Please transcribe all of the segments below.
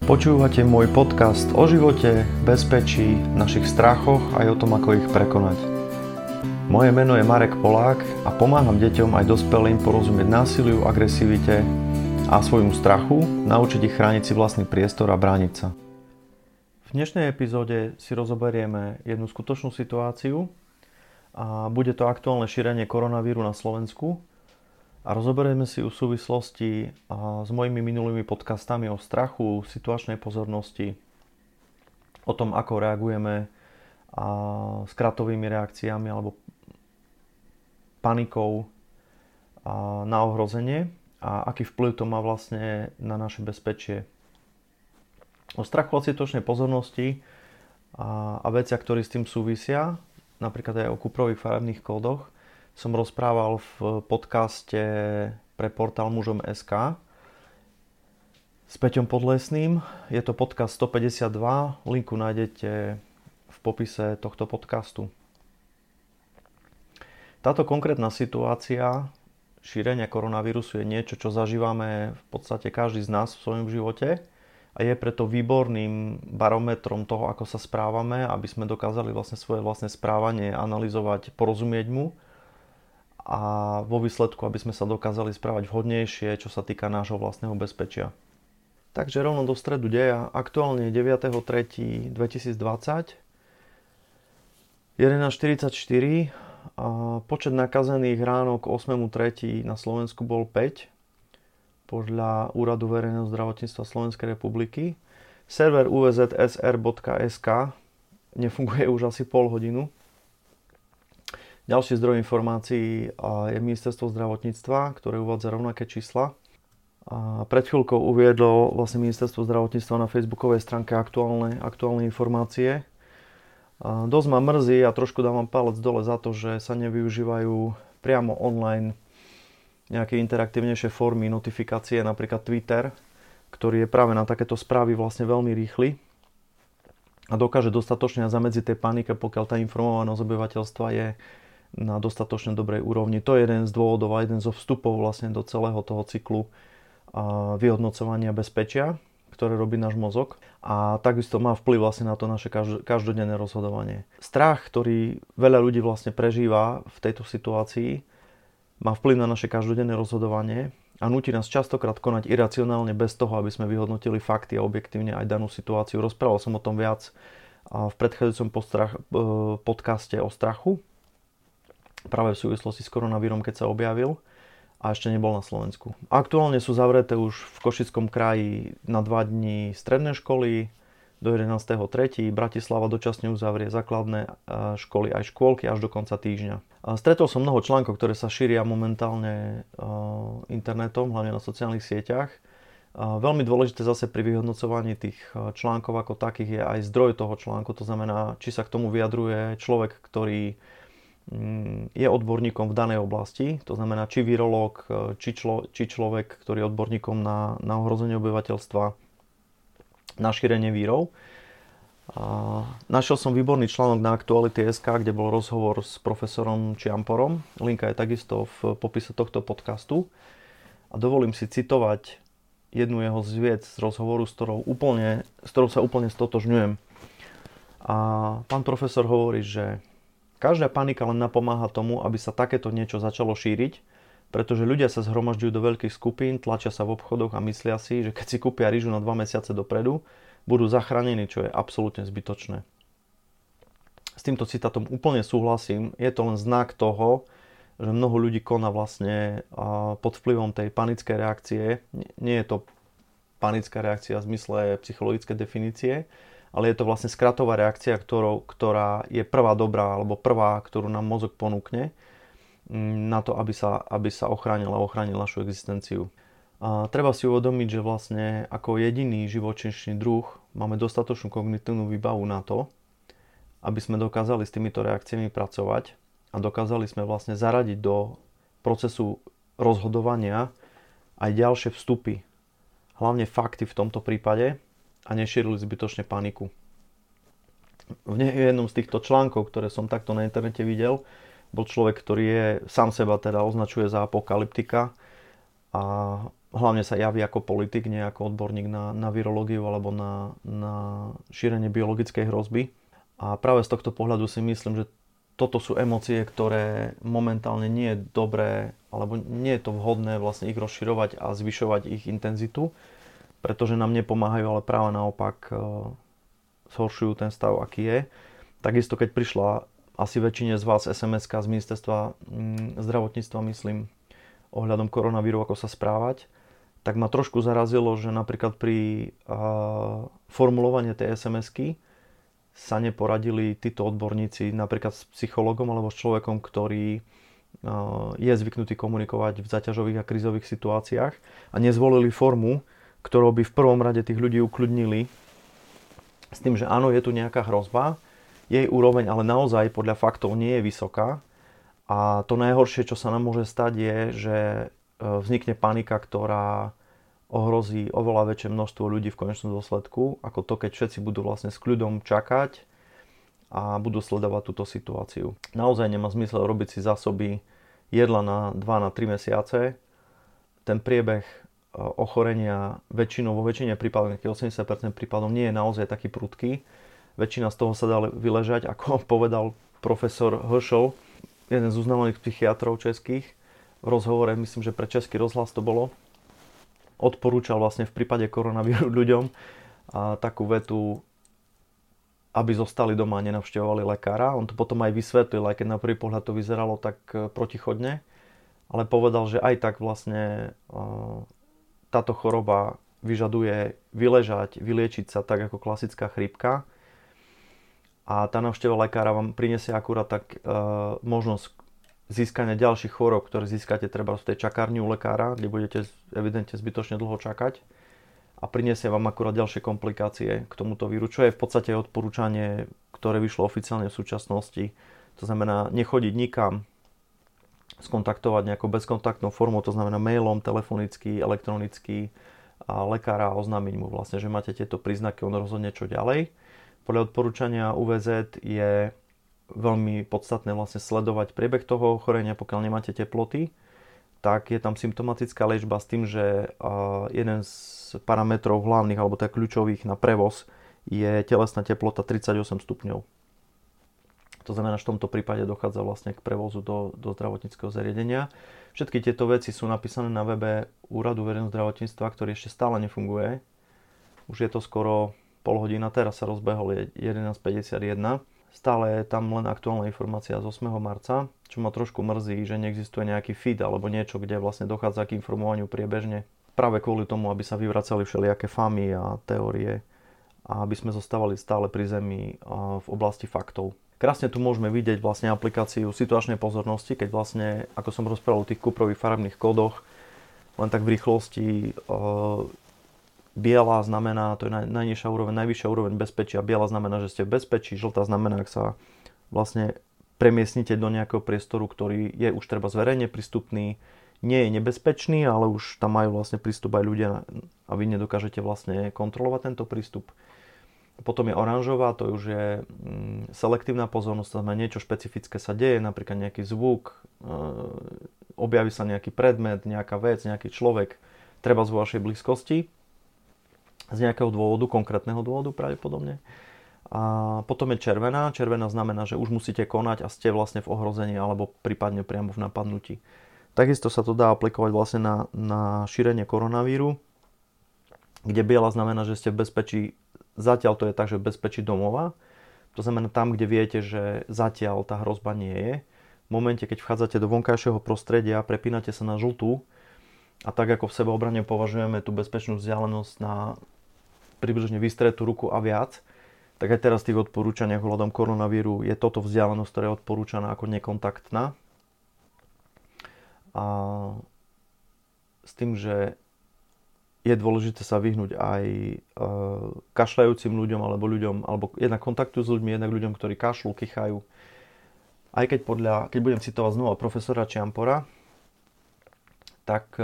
Počúvate môj podcast o živote, bezpečí, našich strachoch aj o tom, ako ich prekonať. Moje meno je Marek Polák a pomáham deťom aj dospelým porozumieť násiliu, agresivite a svojmu strachu, naučiť ich chrániť si vlastný priestor a brániť sa. V dnešnej epizóde si rozoberieme jednu skutočnú situáciu a bude to aktuálne šírenie koronavíru na Slovensku. A rozoberieme si ju v súvislosti s mojimi minulými podcastami o strachu, situačnej pozornosti, o tom, ako reagujeme s kratovými reakciami alebo panikou na ohrozenie a aký vplyv to má vlastne na naše bezpečie. O strachu a situačnej pozornosti a veciach, ktoré s tým súvisia, napríklad aj o Kuprových farebných kódoch, som rozprával v podcaste pre portál Mužom.sk s Peťom Podlesným. Je to podcast 152, linku nájdete v popise tohto podcastu. Táto konkrétna situácia šírenia koronavírusu je niečo, čo zažívame v podstate každý z nás v svojom živote a je preto výborným barometrom toho, ako sa správame, aby sme dokázali vlastne svoje vlastné správanie analyzovať, porozumieť mu a vo výsledku, aby sme sa dokázali správať vhodnejšie, čo sa týka nášho vlastného bezpečia. Takže rovno do stredu deja, aktuálne 9.3.2020, 11.44 a počet nakazených ráno k 8.3. na Slovensku bol 5, podľa Úradu verejného zdravotníctva Slovenskej republiky. Server uvzsr.sk nefunguje už asi pol hodinu. Ďalší zdroj informácií je Ministerstvo zdravotníctva, ktoré uvádza rovnaké čísla. Pred chvíľkou uviedlo vlastne Ministerstvo zdravotníctva na facebookovej stránke aktuálne informácie. Dosť ma mrzí a trošku dávam palec dole za to, že sa nevyužívajú priamo online nejaké interaktívnejšie formy notifikácie, napríklad Twitter, ktorý je práve na takéto správy vlastne veľmi rýchly a dokáže dostatočne zamedziť tej panike, pokiaľ tá informovanosť obyvateľstva je na dostatočne dobrej úrovni. To je jeden z dôvodov a jeden zo vstupov vlastne do celého toho cyklu vyhodnocovania bezpečia, ktoré robí náš mozog a takisto má vplyv vlastne na to naše každodenné rozhodovanie. Strach, ktorý veľa ľudí vlastne prežíva v tejto situácii, má vplyv na naše každodenné rozhodovanie a núti nás častokrát konať iracionálne bez toho, aby sme vyhodnotili fakty a objektívne aj danú situáciu. Rozprával som o tom viac v predchádzajúcom podcaste o strachu, práve v súvislosti s koronavírom, keď sa objavil a ešte nebol na Slovensku. Aktuálne sú zavreté už v Košickom kraji na 2 dní stredné školy, do 11.3. Bratislava dočasne uzavrie základné školy aj škôlky až do konca týždňa. Stretol som mnoho článkov, ktoré sa šíria momentálne internetom, hlavne na sociálnych sieťach. Veľmi dôležité zase pri vyhodnocovaní tých článkov ako takých je aj zdroj toho článku, to znamená, či sa k tomu vyjadruje človek, ktorý je odborníkom v danej oblasti, to znamená či virológ, či človek, ktorý je odborníkom na ohrozenie obyvateľstva, na šírenie vírov. Našiel som výborný článok na Aktuality.sk, kde bol rozhovor s profesorom Čiamporom. Linka je takisto v popise tohto podcastu. A dovolím si citovať jednu jeho z vied z rozhovoru, s ktorou sa úplne stotožňujem. A pán profesor hovorí, že každá panika len napomáha tomu, aby sa takéto niečo začalo šíriť, pretože ľudia sa zhromažďujú do veľkých skupín, tlačia sa v obchodoch a myslia si, že keď si kúpia rýžu na 2 mesiace dopredu, budú zachránení, čo je absolútne zbytočné. S týmto citátom úplne súhlasím. Je to len znak toho, že mnoho ľudí koná vlastne pod vplyvom tej panickej reakcie. Nie je to panická reakcia v zmysle psychologickej definície, ale je to vlastne skratová reakcia, ktorá je prvá dobrá, alebo prvá, ktorú nám mozog ponúkne na to, aby sa ochránil našu existenciu. A treba si uvedomiť, že vlastne ako jediný živočíšny druh máme dostatočnú kognitívnu výbavu na to, aby sme dokázali s týmito reakciami pracovať a dokázali sme vlastne zaradiť do procesu rozhodovania aj ďalšie vstupy, hlavne fakty v tomto prípade, a nešírili zbytočne paniku. V jednom z týchto článkov, ktoré som takto na internete videl, bol človek, ktorý sám seba teda označuje za apokalyptika a hlavne sa javí ako politik, nie ako odborník na virológiu alebo na šírenie biologickej hrozby. A práve z tohto pohľadu si myslím, že toto sú emócie, ktoré momentálne nie je dobré, alebo nie je to vhodné vlastne ich rozširovať a zvyšovať ich intenzitu, pretože nám nepomáhajú, ale práve naopak zhoršujú ten stav, aký je. Takisto, keď prišla asi väčšine z vás SMS-ka z ministerstva zdravotníctva, myslím, ohľadom koronavíru, ako sa správať, tak ma trošku zarazilo, že napríklad pri formulovaní tej SMS-ky sa neporadili títo odborníci napríklad s psychologom alebo s človekom, ktorý je zvyknutý komunikovať v zaťažových a krízových situáciách a nezvolili formu, ktorou by v prvom rade tých ľudí ukľudnili s tým, že áno, je tu nejaká hrozba, jej úroveň ale naozaj podľa faktov nie je vysoká a to najhoršie, čo sa nám môže stať, je, že vznikne panika, ktorá ohrozí oveľa väčšie množstvo ľudí v konečnom dôsledku, ako to, keď všetci budú vlastne s kľudom čakať a budú sledovať túto situáciu. Naozaj nemá zmysel robiť si zásoby jedla na 2-3 mesiace. Ten priebeh ochorenia vo väčšine prípadov, 80% prípadov nie je naozaj taký prudký. Väčšina z toho sa dá vyležať, ako povedal profesor Hršov, jeden z uznávaných psychiatrov českých, v rozhovore, myslím, že pre Český rozhlas to bolo, odporúčal vlastne v prípade koronavíru ľuďom takú vetu, aby zostali doma a nenavštevovali lekára. On to potom aj vysvetlil, aj keď na prvý pohľad to vyzeralo tak protichodne, ale povedal, že aj tak vlastne táto choroba vyžaduje vyležať, vyliečiť sa tak ako klasická chrípka a tá návšteva lekára vám prinesie akurát tak možnosť získania ďalších chorób, ktoré získate treba v tej čakárni u lekára, kde budete evidentne zbytočne dlho čakať a prinesie vám akurát ďalšie komplikácie k tomuto víru, čo je v podstate odporúčanie, ktoré vyšlo oficiálne v súčasnosti. To znamená nechodiť nikam, skontaktovať nejakou bezkontaktnou formou, to znamená mailom, telefonicky, elektronicky a lekára oznámiť mu vlastne, že máte tieto príznaky, on rozhodne čo ďalej. Podľa odporúčania UVZ je veľmi podstatné vlastne sledovať priebeh toho ochorenia, pokiaľ nemáte teploty, tak je tam symptomatická liečba s tým, že jeden z parametrov hlavných alebo tak kľúčových na prevoz je telesná teplota 38 stupňov. To znamená, že v tomto prípade dochádza vlastne k prevozu do zdravotníckeho zariadenia. Všetky tieto veci sú napísané na webe Úradu verejného zdravotníctva, ktorý ešte stále nefunguje. Už je to skoro pol hodina, teraz sa rozbehol, je 11:51. Stále je tam len aktuálna informácia z 8. marca, čo ma trošku mrzí, že neexistuje nejaký feed alebo niečo, kde vlastne dochádza k informovaniu priebežne. Práve kvôli tomu, aby sa vyvracali všelijaké famy a teórie a aby sme zostávali stále pri zemi v oblasti faktov. Krásne tu môžeme vidieť vlastne aplikáciu situačnej pozornosti, keď vlastne, ako som rozprával o tých Cooperových farebných kódoch, len tak v rýchlosti. Biela znamená, to je najnižšia úroveň, najvyššia úroveň bezpečia. Biela znamená, že ste v bezpečí. Žltá znamená, ak sa vlastne premiestnite do nejakého priestoru, ktorý je už treba zverejne prístupný, nie je nebezpečný, ale už tam majú vlastne prístup aj ľudia a vy nedokážete vlastne kontrolovať tento prístup. Potom je oranžová, to už je selektívna pozornosť, to znamená niečo špecifické sa deje, napríklad nejaký zvuk, objaví sa nejaký predmet, nejaká vec, nejaký človek, treba z vašej blízkosti. Z nejakého dôvodu, konkrétneho dôvodu pravdepodobne. A potom je červená. Červená znamená, že už musíte konať a ste vlastne v ohrození alebo prípadne priamo v napadnutí. Takisto sa to dá aplikovať vlastne na šírenie koronavíru, kde biela znamená, že ste v bezpečí, zatiaľ to je tak, že v bezpečí domova. To znamená tam, kde viete, že zatiaľ tá hrozba nie je. V momente, keď vchádzate do vonkajšieho prostredia, prepínate sa na žltú a tak ako v sebeobrane považujeme tú bezpečnú vzdialenosť na približne vystretú ruku a viac, tak aj teraz v tých odporúčaniach ohľadom koronavíru je toto vzdialenosť, ktorá je odporúčaná ako nekontaktná. A s tým, že je dôležité sa vyhnúť aj kašľajúcim ľuďom alebo jednak kontaktu s ľuďmi, jednak ľuďom, ktorí kašľú, kychajú. Aj keď budem citovať znova profesora Čiampora, tak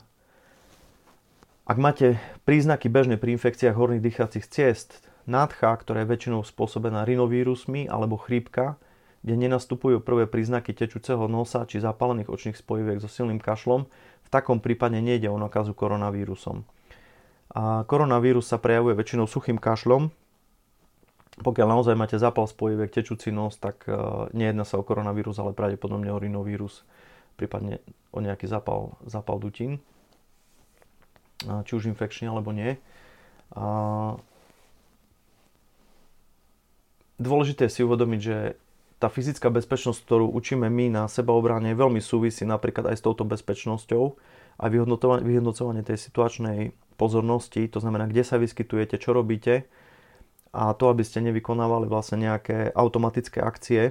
ak máte príznaky bežné pri infekciách horných dýchacích ciest, nádcha, ktorá je väčšinou spôsobená rinovírusmi alebo chrípka, kde nenastupujú prvé príznaky tečúceho nosa či zapálených očných spojiviek so silným kašlom, v takom prípade nejde o nákazu koronavírusom. A koronavírus sa prejavuje väčšinou suchým kašľom. Pokiaľ naozaj máte zápal spojiviek, tečúci nos, tak nejedná sa o koronavírus, ale pravdepodobne o rinovírus, prípadne o nejaký zápal dutín, či už infekčný alebo nie. Dôležité je si uvedomiť, že tá fyzická bezpečnosť, ktorú učíme my na sebaobrane, veľmi súvisí napríklad aj s touto bezpečnosťou a vyhodnocovanie tej situačnej pozornosti, to znamená, kde sa vyskytujete, čo robíte, a to, aby ste nevykonávali vlastne nejaké automatické akcie,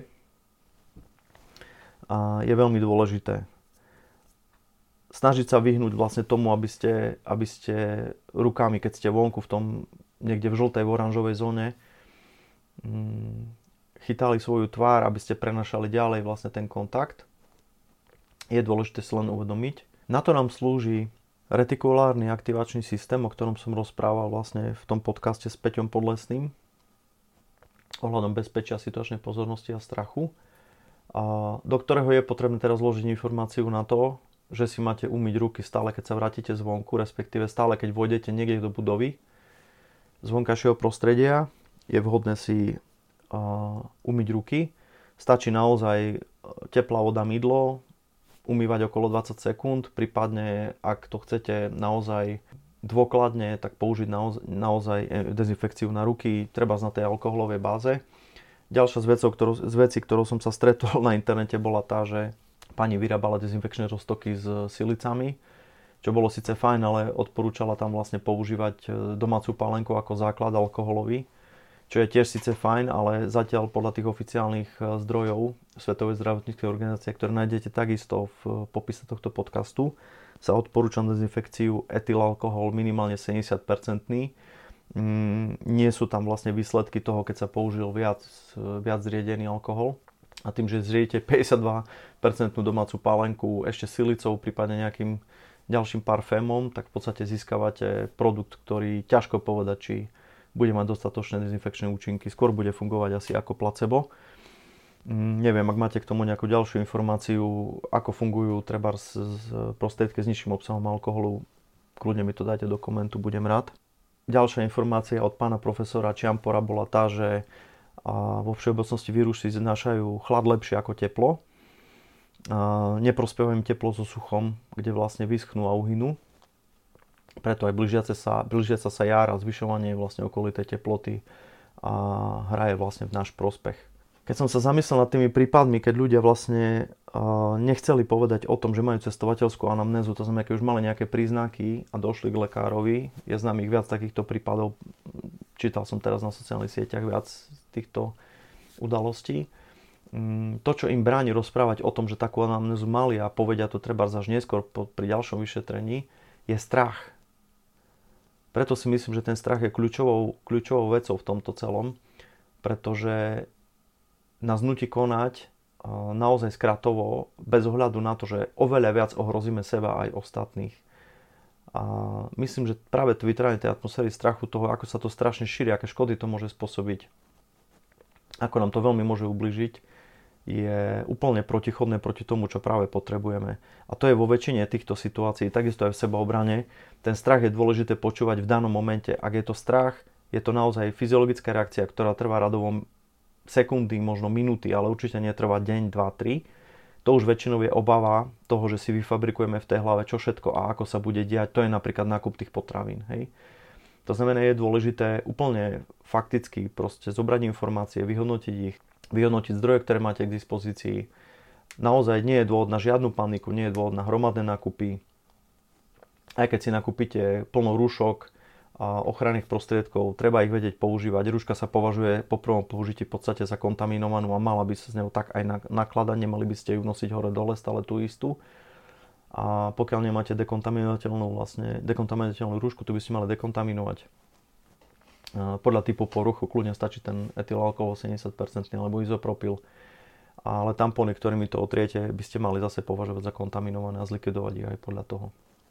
je veľmi dôležité. Snažiť sa vyhnúť vlastne tomu, aby ste rukami, keď ste vonku niekde v žltej, v oranžovej zóne, chytali svoju tvár, aby ste prenašali ďalej vlastne ten kontakt. Je dôležité si len uvedomiť. Na to nám slúži retikulárny aktivačný systém, o ktorom som rozprával vlastne v tom podcaste s Peťom Podlesným ohľadom bezpečia, situačnej pozornosti a strachu, do ktorého je potrebné teraz vložiť informáciu na to, že si máte umyť ruky stále, keď sa vrátite zvonku, respektíve stále, keď vojdete niekde do budovy z vonkajšieho prostredia, je vhodné si umyť ruky. Stačí naozaj teplá voda, mydlo, umývať okolo 20 sekúnd, prípadne ak to chcete naozaj dôkladne, tak použiť naozaj dezinfekciu na ruky, treba na tej alkoholovej báze. Ďalšia z vecí, ktorou som sa stretol na internete, bola tá, že pani vyrábala dezinfekčné roztoky s silicami, čo bolo síce fajn, ale odporúčala tam vlastne používať domácu pálenku ako základ alkoholový, čo je tiež síce fajn, ale zatiaľ podľa tých oficiálnych zdrojov Svetovej zdravotníckej organizácie, ktoré nájdete takisto v popise tohto podcastu, sa odporúča dezinfekciu etylalkohol minimálne 70%. Nie sú tam vlastne výsledky toho, keď sa použil viac zriedený alkohol. A tým, že zriedete 52% domácu pálenku ešte silicou, prípadne nejakým ďalším parfémom, tak v podstate získavate produkt, ktorý ťažko povedať, či bude mať dostatočné dezinfekčné účinky. Skôr bude fungovať asi ako placebo. Neviem, ak máte k tomu nejakú ďalšiu informáciu, ako fungujú trebárs prostriedky s nižším obsahom alkoholu, kľudne mi to dajte do komentu, budem rád. Ďalšia informácia od pána profesora Čiampora bola tá, že vo všeobecnosti vírusy znášajú chlad lepšie ako teplo. Neprospievajú im teplo so suchom, kde vlastne vyschnú a uhynú. Preto aj blížiaca sa jar a zvyšovanie vlastne okolitej teploty hraje vlastne v náš prospech. Keď som sa zamyslel nad tými prípadmi, keď ľudia vlastne nechceli povedať o tom, že majú cestovateľskú anamnézu, to znamená, keď už mali nejaké príznaky a došli k lekárovi, je známych viac takýchto prípadov, čítal som teraz na sociálnych sieťach viac týchto udalostí. To, čo im bráni rozprávať o tom, že takú anamnézu mali a povedia to treba až neskôr pri ďalšom vyšetrení, je strach. Preto si myslím, že ten strach je kľúčovou vecou v tomto celom, pretože nás nutí konať naozaj skratovo, bez ohľadu na to, že oveľa viac ohrozíme seba aj ostatných. A myslím, že práve to vytváranie tej atmosféry strachu, toho, ako sa to strašne šíri, aké škody to môže spôsobiť, ako nám to veľmi môže ubližiť, je úplne protichodné proti tomu, čo práve potrebujeme. A to je vo väčšine týchto situácií, takisto aj v sebaobrane. Ten strach je dôležité počúvať v danom momente. Ak je to strach, je to naozaj fyziologická reakcia, ktorá trvá radovo sekundy, možno minúty, ale určite netrvá deň, 2, 3. To už väčšinou je obava toho, že si vyfabrikujeme v tej hlave čo všetko a ako sa bude diať. To je napríklad nákup tých potravín. Hej? To znamená, je dôležité úplne fakticky proste zobrať informácie, vyhodnotiť zdroje, ktoré máte k dispozícii. Naozaj nie je dôvod na žiadnu paniku, nie je dôvod na hromadné nákupy. Aj keď si nakúpite plno rúšok a ochranných prostriedkov, treba ich vedieť používať. Rúška sa považuje po prvom použití v podstate za kontaminovanú a mala by sa s ňou tak aj nakladať, nemali by ste ju nosiť hore dole, stále tú istú. A pokiaľ nemáte dekontaminateľnú rúšku, tu by ste mali dekontaminovať. Podľa typu poruchu kľudne stačí ten etylalkohol 70% alebo izopropyl. Ale tampóny, ktorými to otriete, by ste mali zase považovať za kontaminované a zlikvidovať ich aj podľa toho.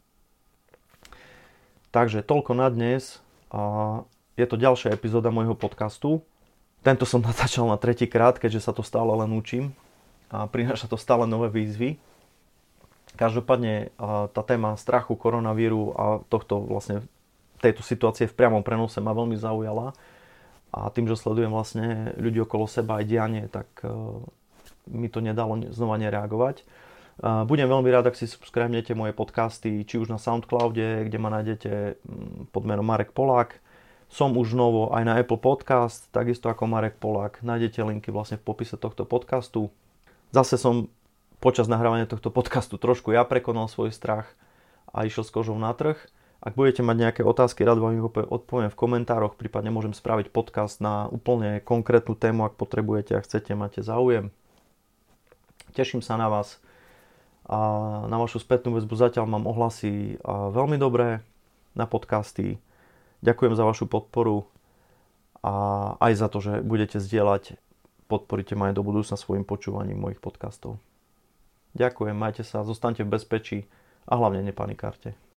Takže toľko na dnes. Je to ďalšia epizóda môjho podcastu. Tento som natáčal na 3. krát, keďže sa to stále len učím. A prináša to stále nové výzvy. Každopádne tá téma strachu, koronavíru a tejto situácie v priamom prenose ma veľmi zaujala. A tým, že sledujem vlastne ľudí okolo seba aj dianie, tak mi to nedalo znova nereagovať. Budem veľmi rád, ak si subscribnete moje podcasty, či už na Soundcloude, kde ma nájdete pod menom Marek Polák. Som už novo aj na Apple Podcast, takisto ako Marek Polák. Nájdete linky vlastne v popise tohto podcastu. Zase som počas nahrávania tohto podcastu trošku ja prekonal svoj strach a išiel s kožou na trh. Ak budete mať nejaké otázky, rád vám ich odpoviem v komentároch, prípadne môžem spraviť podcast na úplne konkrétnu tému, ak potrebujete a chcete, máte záujem. Teším sa na vás a na vašu spätnú väzbu. Zatiaľ mám ohlasy veľmi dobré na podcasty. Ďakujem za vašu podporu a aj za to, že budete zdieľať. Podporíte ma aj do budúcna svojim počúvaním mojich podcastov. Ďakujem, majte sa, zostaňte v bezpečí a hlavne nepanikárte.